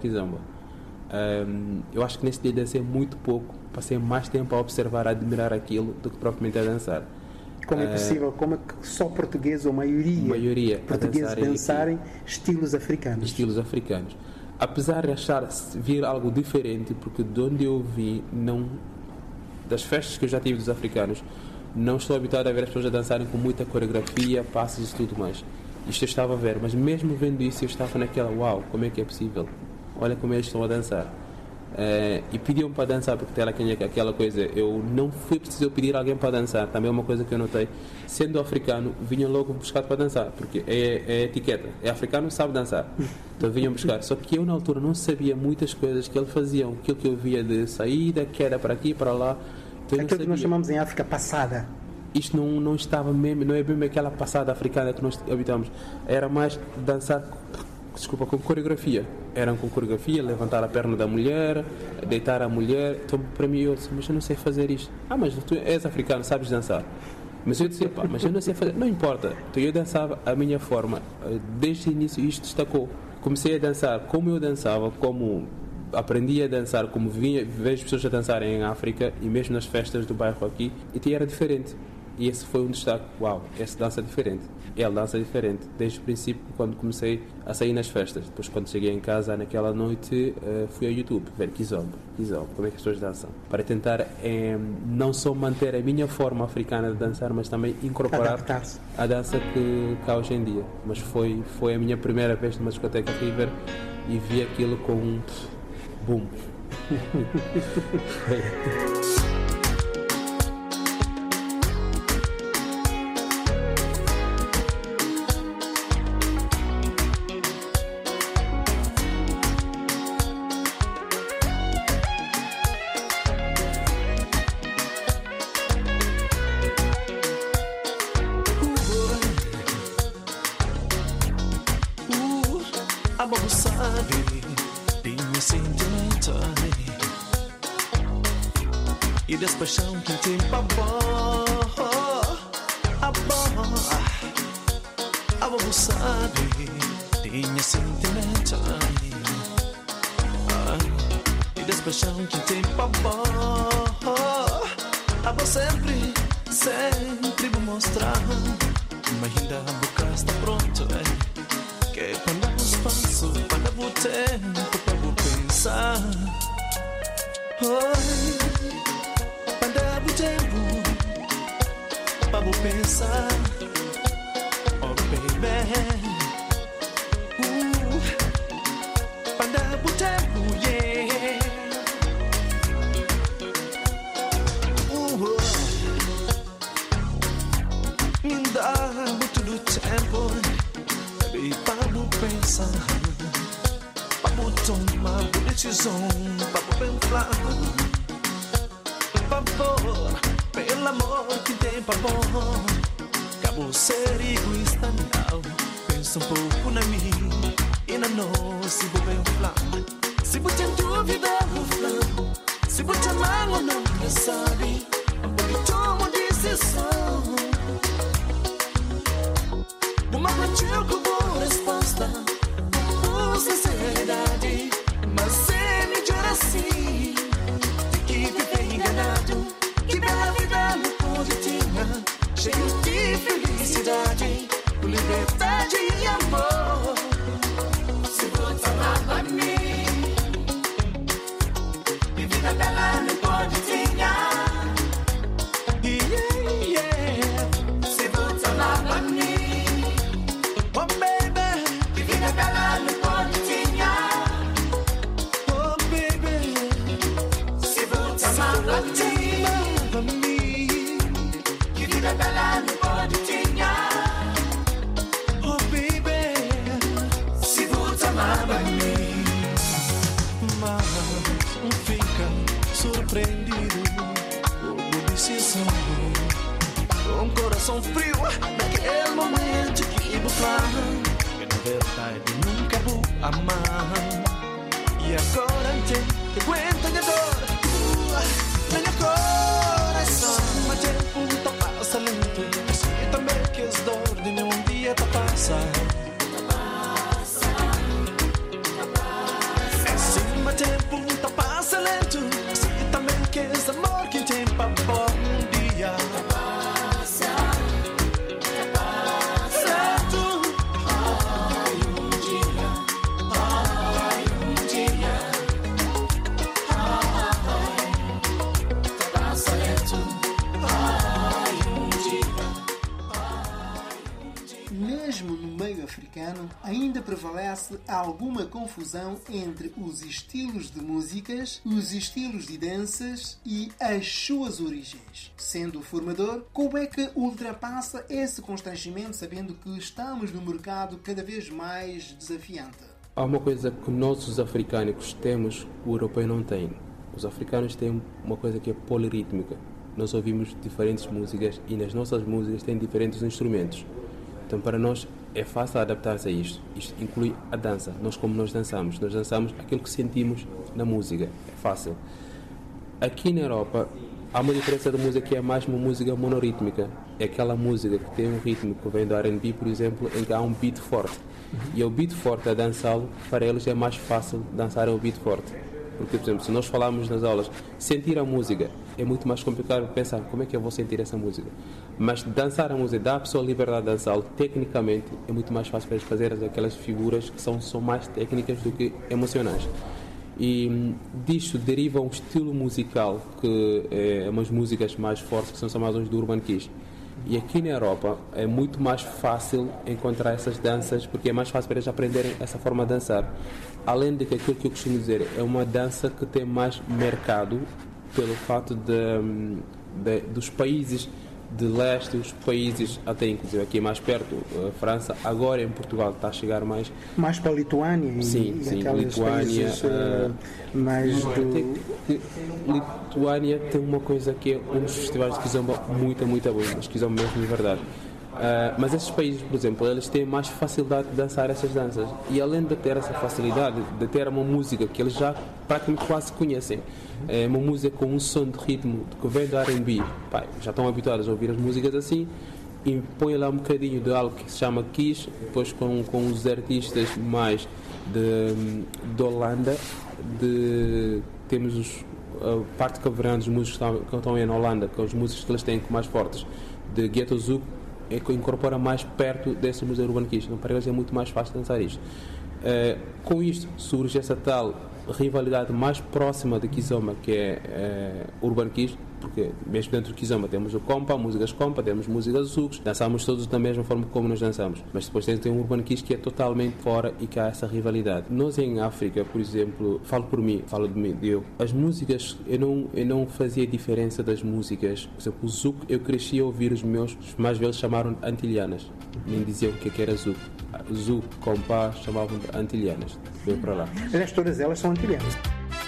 Eu acho que nesse dia dancei muito pouco, passei mais tempo a observar, a admirar aquilo do que propriamente a dançar. Como é possível, como é que só portugueses ou maioria portugueses dançarem estilos africanos? apesar de vir algo diferente, porque de onde eu vi, das festas que eu já tive dos africanos, não estou habituado a ver as pessoas a dançarem com muita coreografia, passos e tudo mais. Isto eu estava a ver, mas mesmo vendo isso eu estava naquela, uau, como é que é possível? Olha como eles estão a dançar. E pediam para dançar, porque tem aquela coisa, eu não fui preciso pedir alguém para dançar, também é uma coisa que eu notei. Sendo africano, vinham logo buscar para dançar, porque é etiqueta, é africano, sabe dançar, então vinham buscar. Só que eu na altura não sabia muitas coisas que eles faziam, aquilo que eu via de saída, queda para aqui, para lá. Então aquilo que nós chamamos em África passada. Isto não estava mesmo, não é mesmo aquela passada africana que nós habitamos, era mais dançar com coreografia. Eram com coreografia, levantar a perna da mulher, deitar a mulher. Então, para mim, eu disse, mas eu não sei fazer isto. Mas tu és africano, sabes dançar. Mas eu disse, mas eu não sei fazer. Não importa. Então, eu dançava a minha forma. Desde o início, isto destacou. Comecei a dançar como eu dançava, como aprendi a dançar, como vejo pessoas a dançarem em África e mesmo nas festas do bairro aqui. E era diferente. E esse foi um destaque. Uau, essa dança é diferente. Ela dança diferente. Desde o princípio, quando comecei a sair nas festas. Depois, quando cheguei em casa naquela noite, fui ao YouTube ver Kizomba, como é que as pessoas dançam. Para tentar não só manter a minha forma africana de dançar, mas também incorporar a dança que há hoje em dia. Mas foi a minha primeira vez numa discoteca River e vi aquilo com um boom. E despacham que tem babó, a bobo sabe, tinha sentimento. E despacham que tem babó, a bobo sempre vou mostrar. Mas ainda a boca está pronto, que quando damos passo, quando damos tempo para vou pensar. Quando tempo para vou pensar, oh baby, quando tempo, yeah, me dá muito do tempo, para vou pensar, para vou tomar decisão, para vou pensar. Pelo amor que tem pavor, acabou ser egoísta não. Pensa um pouco na mim e na nós. Se vou bem falar, se vou ter dúvida no flão, se vou te amar ou não, já sabe. Eu tomo decisão. Uma partiu com boa resposta, com sinceridade, mas sem me dizer assim. Que viver enganado, que bela vida no ponto tinha, cheio de felicidade, com liberdade e amor. Se vou te amar pra mim, que vida bela no ponto tinha, yeah, yeah. Se vou te amar pra mim, oh baby, que vida bela no ponto tinha, oh baby. Pra mim, que vida bela não pode tinhar. Oh baby, se vou te amar pra mim. Mas fica surpreendido com decisão, com coração frio naquele momento que vou falar. Que na verdade nunca vou amar. E agora tem que aguentar minha dor. Minha coração, mas tempo tá passa lento. E também que as dor de nenhum dia tá passa. Sim, mas tempo tá passa lento. E também que esse amor que tem pra bom dia. Lento. Ai, um dia. Ai, um ainda prevalece alguma confusão entre os estilos de músicas, os estilos de danças e as suas origens. Sendo o formador, como é que ultrapassa esse constrangimento sabendo que estamos num mercado cada vez mais desafiante? Há uma coisa que nós, os africanos, temos, o europeu não tem. Os africanos têm uma coisa que é polirrítmica. Nós ouvimos diferentes músicas e nas nossas músicas tem diferentes instrumentos. Então, para nós é fácil adaptar-se a isto. Isto inclui a dança. Como nós dançamos aquilo que sentimos na música. É fácil. Aqui na Europa, há uma diferença da música que é mais uma música monorrítmica. É aquela música que tem um ritmo que vem do R&B, por exemplo, em que há um beat forte. E o beat forte a dançá-lo, para eles é mais fácil dançar o beat forte. Porque, por exemplo, se nós falarmos nas aulas, sentir a música é muito mais complicado pensar como é que eu vou sentir essa música. Mas dançar a música, dá a pessoa a liberdade de dançá-lo, tecnicamente é muito mais fácil para eles fazerem aquelas figuras que são mais técnicas do que emocionais. E disto deriva um estilo musical que é umas músicas mais fortes que são chamadas de Urban Kish. E aqui na Europa é muito mais fácil encontrar essas danças porque é mais fácil para eles aprenderem essa forma de dançar. Além de que aquilo que eu costumo dizer é uma dança que tem mais mercado pelo fato dos países de leste, os países, até inclusive aqui mais perto, a França, agora em Portugal está a chegar mais para a Lituânia sim, Lituânia, mais Lituânia tem uma coisa que é um dos festivais de kizomba muito bom, mas kizomba mesmo de verdade. Mas esses países, por exemplo, eles têm mais facilidade de dançar essas danças e além de ter essa facilidade de ter uma música que eles já praticamente quase conhecem, é uma música com um som de ritmo que vem do R&B, já estão habituados a ouvir as músicas assim e põem lá um bocadinho de algo que se chama Kish, depois com os artistas mais de Holanda, temos a parte cabo-verdiana dos músicos que estão aí na Holanda, com os músicos que eles têm mais fortes, de Ghetto Zouk, é que incorpora mais perto dessa música Urban Kish. Então, para eles é muito mais fácil dançar isto. Com isto surge essa tal rivalidade mais próxima de kizomba, que é Urban Kish, porque mesmo dentro do kizomba temos o compa, músicas compa, temos músicas zouk, dançamos todos da mesma forma como nós dançamos, mas depois tem um Urban Kish que é totalmente fora e que há essa rivalidade. Nós em África, por exemplo, falo de mim, as músicas, eu não fazia diferença das músicas. Por exemplo, o zouk, eu cresci a ouvir os mais velhos chamaram antilhanas, nem diziam o que era zouk. Zouk, compa, chamavam de antilhanas. Veio para lá. Aliás, todas elas são antilhanas.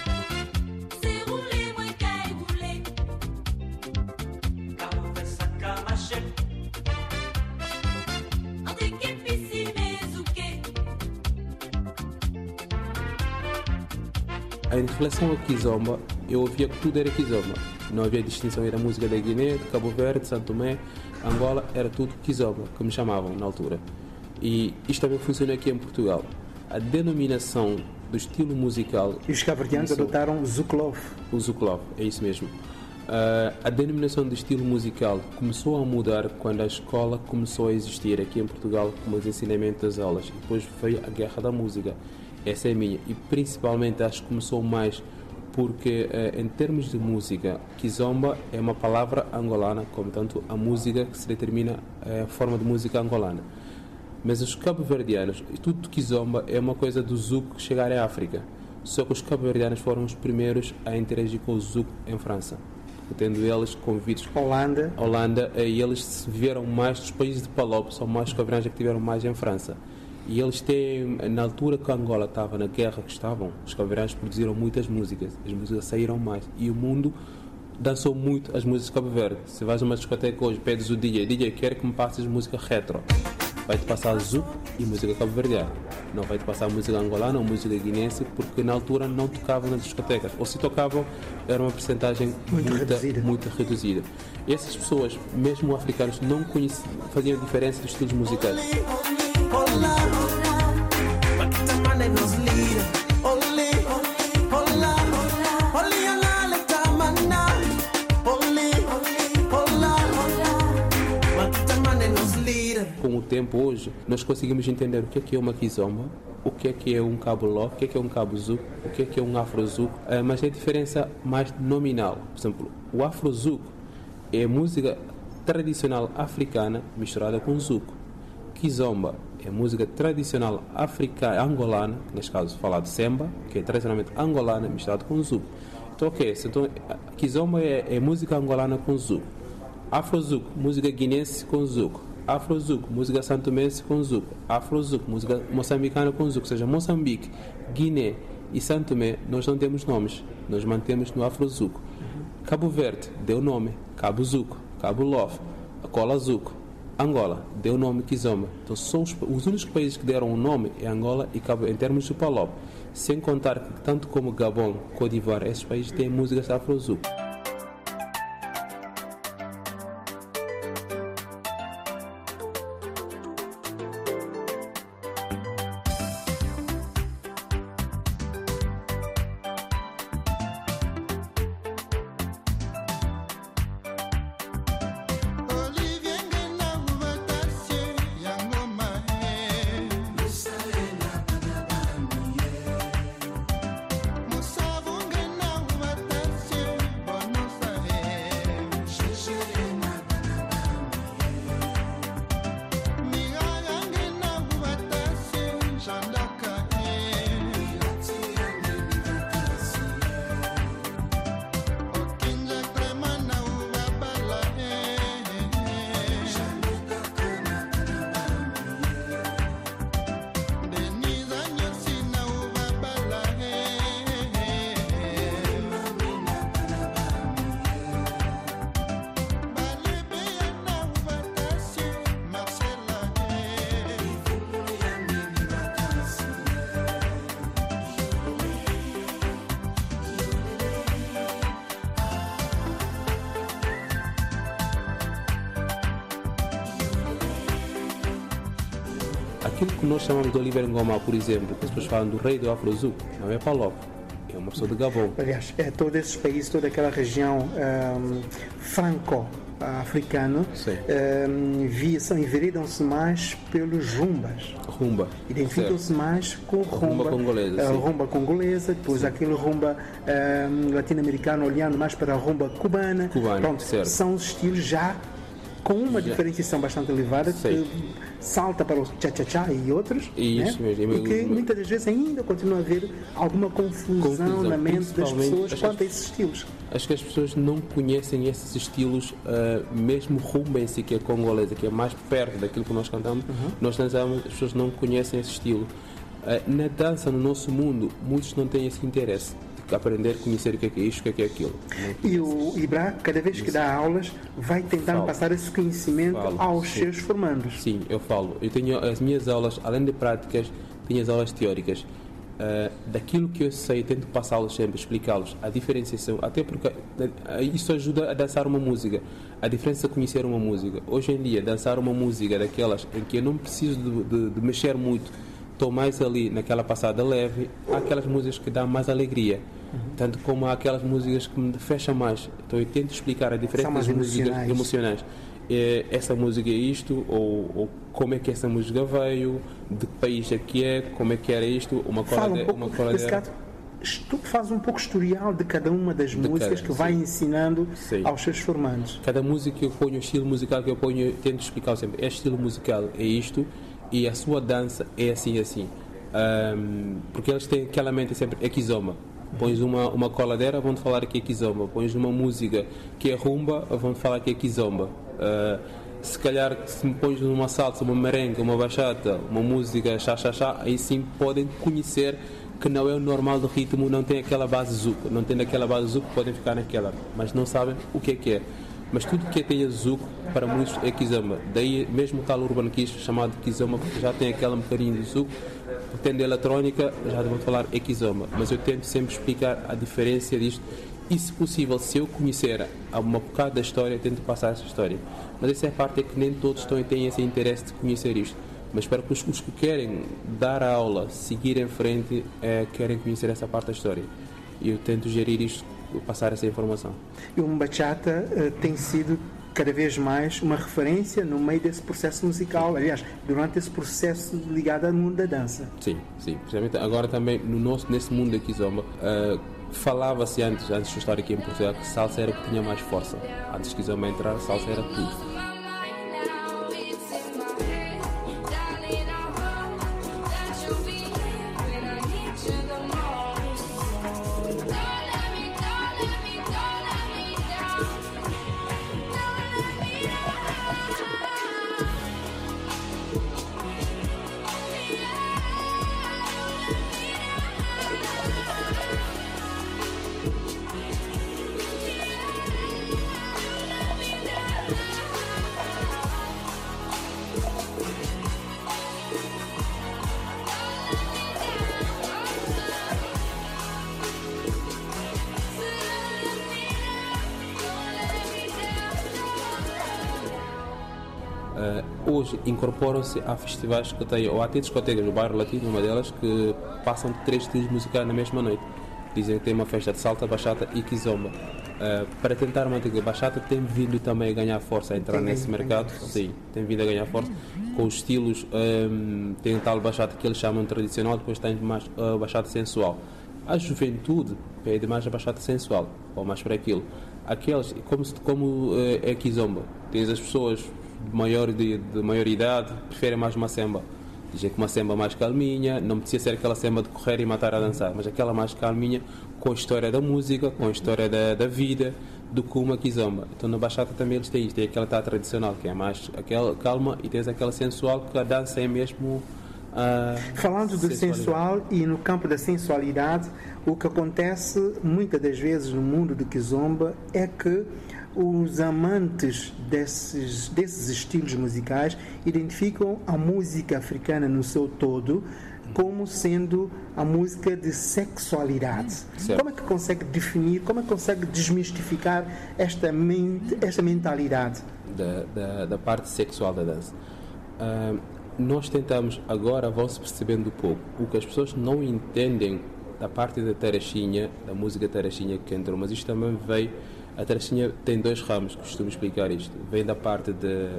Em relação ao kizomba, eu ouvia que tudo era kizomba. Não havia distinção, era música da Guiné, de Cabo Verde, de Santo Tomé, Angola, era tudo kizomba, que me chamavam na altura. E isto também funciona aqui em Portugal. A denominação do estilo musical... E os cabo-verdianos adotaram o Zuklov. O Zuklov, é isso mesmo. A denominação do estilo musical começou a mudar quando a escola começou a existir aqui em Portugal, como os ensinamentos das aulas. E depois veio a guerra da música. Essa é a minha. E principalmente acho que começou mais porque, em termos de música, kizomba é uma palavra angolana, como tanto a música que se determina a forma de música angolana. Mas os cabo-verdianos, tudo de kizomba é uma coisa do zouk chegar à África. Só que os cabo-verdianos foram os primeiros a interagir com o zouk em França. Tendo eles convites Holanda, e eles se vieram mais dos países de Palop, são mais os cabo-verdianos que tiveram mais em França. E eles têm, na altura que a Angola estava na guerra que estavam, os cabo-verdianos produziram muitas músicas, as músicas saíram mais e o mundo dançou muito as músicas de Cabo Verde. Se vais a uma discoteca hoje, pedes o DJ, quero que me passes música retro, vai-te passar zouk e música cabo-verdiana, não vai-te passar música angolana ou música guinense, porque na altura não tocavam nas discotecas, ou se tocavam era uma porcentagem muito reduzida. E essas pessoas, mesmo africanos, não faziam diferença dos estilos musicais. Com o tempo hoje, nós conseguimos entender o que é uma kizomba, o que é um cabo lof, o que é um cabo zouk, o que é um afro zouk, mas é a diferença mais nominal. Por exemplo, o afro zouk é música tradicional africana misturada com zouk. Kizomba é música tradicional africana, angolana, neste caso falado semba, que é tradicionalmente angolana misturado com zouk. Então, ok, então, kizomba é música angolana com zouk. Afro-zouk, música guinense com zouk. Afro-zouk, música santomense com zouk. Afro-zouk, música moçambicana com zouk. Ou seja, Moçambique, Guiné e Santo Tomé, nós não temos nomes, nós mantemos no Afro-zouk. Cabo Verde deu nome, Cabo Zouk, Cabo Lof, Cola Zouk. Angola deu o nome Kizomba. Então são os únicos países que deram o nome é Angola e Cabo, em termos de Palop. Sem contar que tanto como Gabão, Côte d'Ivoire, esses países têm músicas Afro-zouk. Aquilo que nós chamamos de Oliver Ngoma, por exemplo, que as pessoas falam do rei do Afro-zouk, não é Palop, é uma pessoa de Gabão. Aliás, todos esses países, toda aquela região franco-africana, enveredam-se mais pelos rumbas. Rumba. Identificam-se mais com rumba congolesa. Rumba congolesa, depois aquele rumba latino-americano olhando mais para a rumba cubana. Pronto, certo. São os estilos já com uma diferenciação bastante elevada que salta para o cha-cha-cha e outros, isso né? mesmo. Porque muitas das vezes ainda continua a haver alguma confusão na mente das pessoas quanto a esses estilos. Acho que as pessoas não conhecem esses estilos, mesmo rumba em si, que é congolesa, que é mais perto daquilo que nós cantamos, nós dançamos, as pessoas não conhecem esse estilo. Na dança, no nosso mundo, muitos não têm esse interesse de aprender, conhecer o que é isto, o que é aquilo. E o Ibra, cada vez que dá aulas, vai tentar passar esse conhecimento aos seus formandos. Sim, eu falo. Eu tenho as minhas aulas, além de práticas, tenho as aulas teóricas. Daquilo que eu sei, tento passá-los sempre, explicá-los a diferenciação, até porque isso ajuda a dançar uma música, a diferença de conhecer uma música. Hoje em dia, dançar uma música daquelas em que eu não preciso de mexer muito, estou mais ali naquela passada leve, há aquelas músicas que dão mais alegria, tanto como há aquelas músicas que me fecham mais. Então eu tento explicar a diferença das músicas emocionais. Essa música é isto, ou como é que essa música veio, de que país é que é, como é que era isto, uma coladeira. Tu faz um pouco historial de cada uma das músicas que vai ensinando aos seus formandos. Cada música que eu ponho, o estilo musical que eu ponho, eu tento explicar sempre, estilo musical é isto, e a sua dança é assim e assim. Porque eles têm aquela mente sempre, é kizomba. Pões uma coladeira, vão-te falar que é kizomba. Pões uma música que é rumba, vão-te falar que é kizomba. Se calhar, se me pões numa salsa, uma merengue, uma bachata, uma música chá, aí sim podem conhecer que não é o normal do ritmo, não tem aquela base zouk. Não tem aquela base zouk, podem ficar naquela, mas não sabem o que é. Mas tudo que tem zouk, para muitos é kizomba. Daí mesmo o tal Urban Kiss, chamado kizomba, porque já tem aquela um bocadinho de zouk. Tendo eletrónica, já vou falar é kizomba. Mas eu tento sempre explicar a diferença disto. E se possível, se eu conhecer uma bocada da história, eu tento passar essa história. Mas essa é a parte, é que nem todos têm esse interesse de conhecer isto. Mas espero que os que querem dar a aula, seguir em frente, querem conhecer essa parte da história. E eu tento gerir isto, passar essa informação. E o bachata tem sido cada vez mais uma referência no meio desse processo musical, aliás, durante esse processo ligado ao mundo da dança. Sim, precisamente agora também nesse mundo da kizomba, falava-se antes de eu estar aqui em Portugal, que salsa era o que tinha mais força. Antes de kizomba entrar, salsa era tudo. Hoje incorporam-se a festivais que têm, ou há até discotecas no bairro Latino, uma delas, que passam 3 estilos musicais na mesma noite. Dizem que tem uma festa de salsa, bachata e kizomba. Para tentar manter a bachata, tem vindo também a ganhar força, a entrar nesse mercado. Sim, tem vindo a ganhar força. Com os estilos, tem o tal bachata que eles chamam de tradicional, depois tem mais bachata sensual. A juventude pede mais a bachata sensual, ou mais para aquilo. Aqueles, como é kizomba, tens as pessoas de maior idade, preferem mais uma semba. Dizem que uma semba mais calminha, não precisa ser aquela semba de correr e matar a dançar, mas aquela mais calminha, com a história da música, com a história da vida, do que uma kizomba. Então na bachata também eles têm isto, tem aquela tá tradicional, que é mais aquela calma, e tens aquela sensual, que a dança é mesmo... Falando do sensual e no campo da sensualidade, o que acontece muitas das vezes no mundo do kizomba é que os amantes desses estilos musicais identificam a música africana no seu todo como sendo a música de sexualidade. Certo. Como é que consegue definir, como é que consegue desmistificar esta mentalidade? Da parte sexual da dança. Nós tentamos, agora vão-se percebendo um pouco, o que as pessoas não entendem da parte da tarraxinha, da música tarraxinha que entrou, mas isto também veio, a tarraxinha tem 2 ramos, costumo explicar isto, vem da parte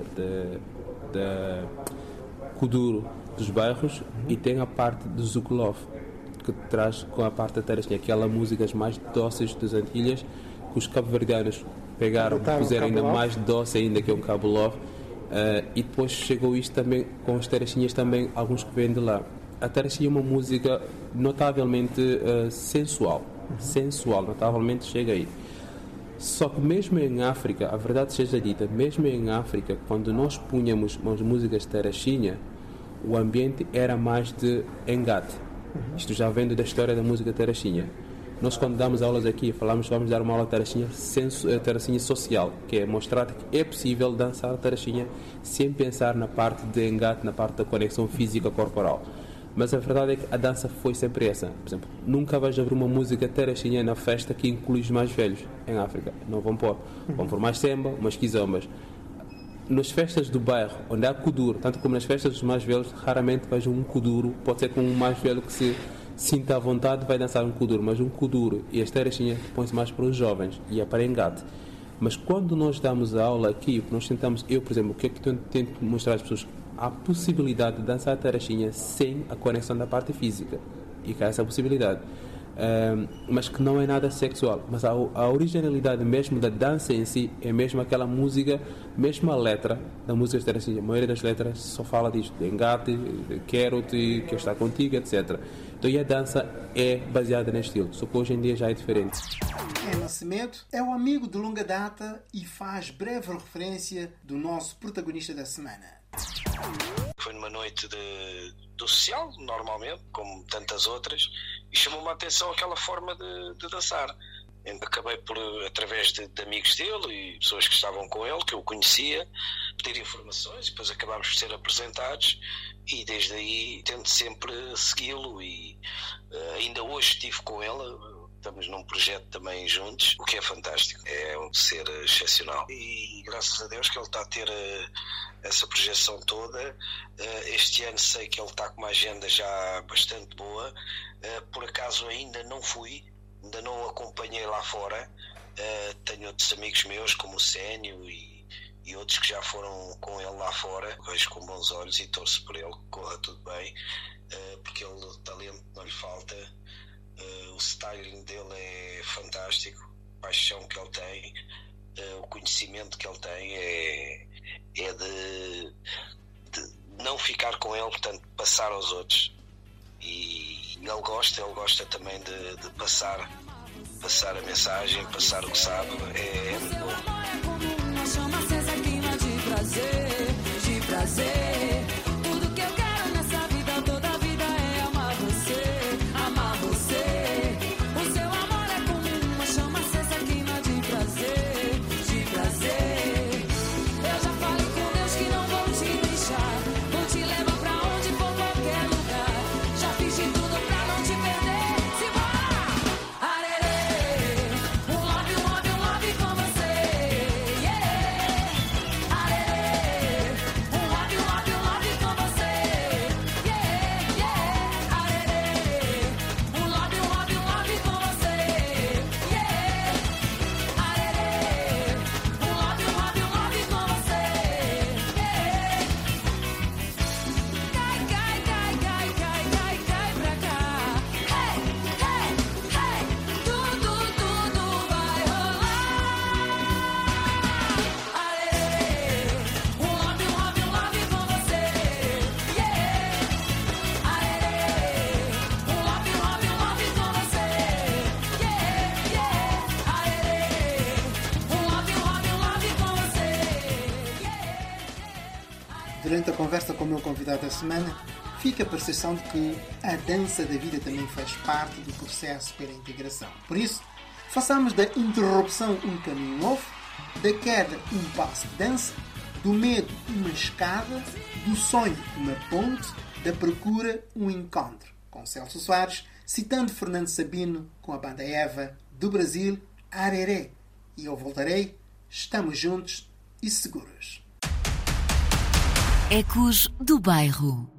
da Kuduro dos bairros e tem a parte do Zukulov, que traz com a parte da tarraxinha, aquela músicas mais dóceis das Antilhas, que os cabo-verdianos pegaram, puseram ainda mais doce ainda que é um Kabulov. E depois chegou isto também com as tarraxinhas também, alguns que vêm de lá. A tarraxinha é uma música notavelmente sensual, notavelmente chega aí. Só que mesmo em África, a verdade seja dita, mesmo em África, quando nós punhamos as músicas de tarraxinha, o ambiente era mais de engate. Isto já vendo da história da música tarraxinha. Nós, quando damos aulas aqui, falamos que vamos dar uma aula de tarraxinha social, que é mostrar que é possível dançar a tarraxinha sem pensar na parte de engate, na parte da conexão física corporal. Mas a verdade é que a dança foi sempre essa. Por exemplo, nunca vais abrir uma música tarraxinha na festa que inclui os mais velhos em África. Não vão pôr. Vão pôr mais semba, umas quizombas. Nas festas do bairro, onde há kuduro, tanto como nas festas dos mais velhos, raramente vais um kuduro. Pode ser com um mais velho que se sinta à vontade, vai dançar um kuduro, mas um kuduro e as tarraxinhas põe-se mais para os jovens e é para engate. Mas quando nós damos a aula aqui, nós tentamos, eu por exemplo, o que é que tento mostrar às pessoas? Há possibilidade de dançar a tarraxinha sem a conexão da parte física, e que há essa possibilidade, mas que não é nada sexual, mas a originalidade mesmo da dança em si é mesmo aquela música, mesmo a letra da música de tarraxinha, a maioria das letras só fala disto, de engate, de quero-te, quero estar contigo, etc. Então, e a dança é baseada neste estilo, só que hoje em dia já é diferente. Nascimento é um amigo de longa data e faz breve referência do nosso protagonista da semana. Foi numa noite do social, normalmente, como tantas outras, e chamou-me a atenção aquela forma de dançar. Acabei por, através de amigos dele e pessoas que estavam com ele, que eu conhecia, pedir informações e depois acabámos por ser apresentados, e desde aí tento sempre segui-lo e ainda hoje estive com ele. Estamos num projeto também juntos, o que é fantástico, é um ser excepcional. E graças a Deus que ele está a ter essa projeção toda. Este ano sei que ele está com uma agenda já bastante boa. Por acaso ainda não fui, ainda não o acompanhei lá fora. Tenho outros amigos meus, como o Sénio e outros que já foram com ele lá fora. Vejo com bons olhos e torço por ele, que corra tudo bem, porque ele, o talento não lhe falta. O styling dele é fantástico, a paixão que ele tem, o conhecimento que ele tem é de não ficar com ele, portanto passar aos outros, e ele gosta também de passar a mensagem, passar o que sabe, é muito bom. Uma chama acesa queima de prazer. Tudo que eu quero nessa vida, toda a vida é amar você. O seu amor é como uma chama acesa queima de prazer. Eu já falei com Deus que não vou te deixar, vou te levar pra onde for, qualquer lugar. Já fiz de tudo pra não te perder. Simbora! Arerê, um love com você. Yeah! Durante a conversa com o meu convidado da semana, fica a percepção de que a dança da vida também faz parte do processo pela integração. Por isso, façamos da interrupção um caminho novo, da queda um passo de dança, do medo uma escada, do sonho uma ponte, da procura um encontro. Com Celso Soares, citando Fernando Sabino com a banda Eva, do Brasil, Areré. E eu voltarei, estamos juntos e seguros. Ecos do Bairro.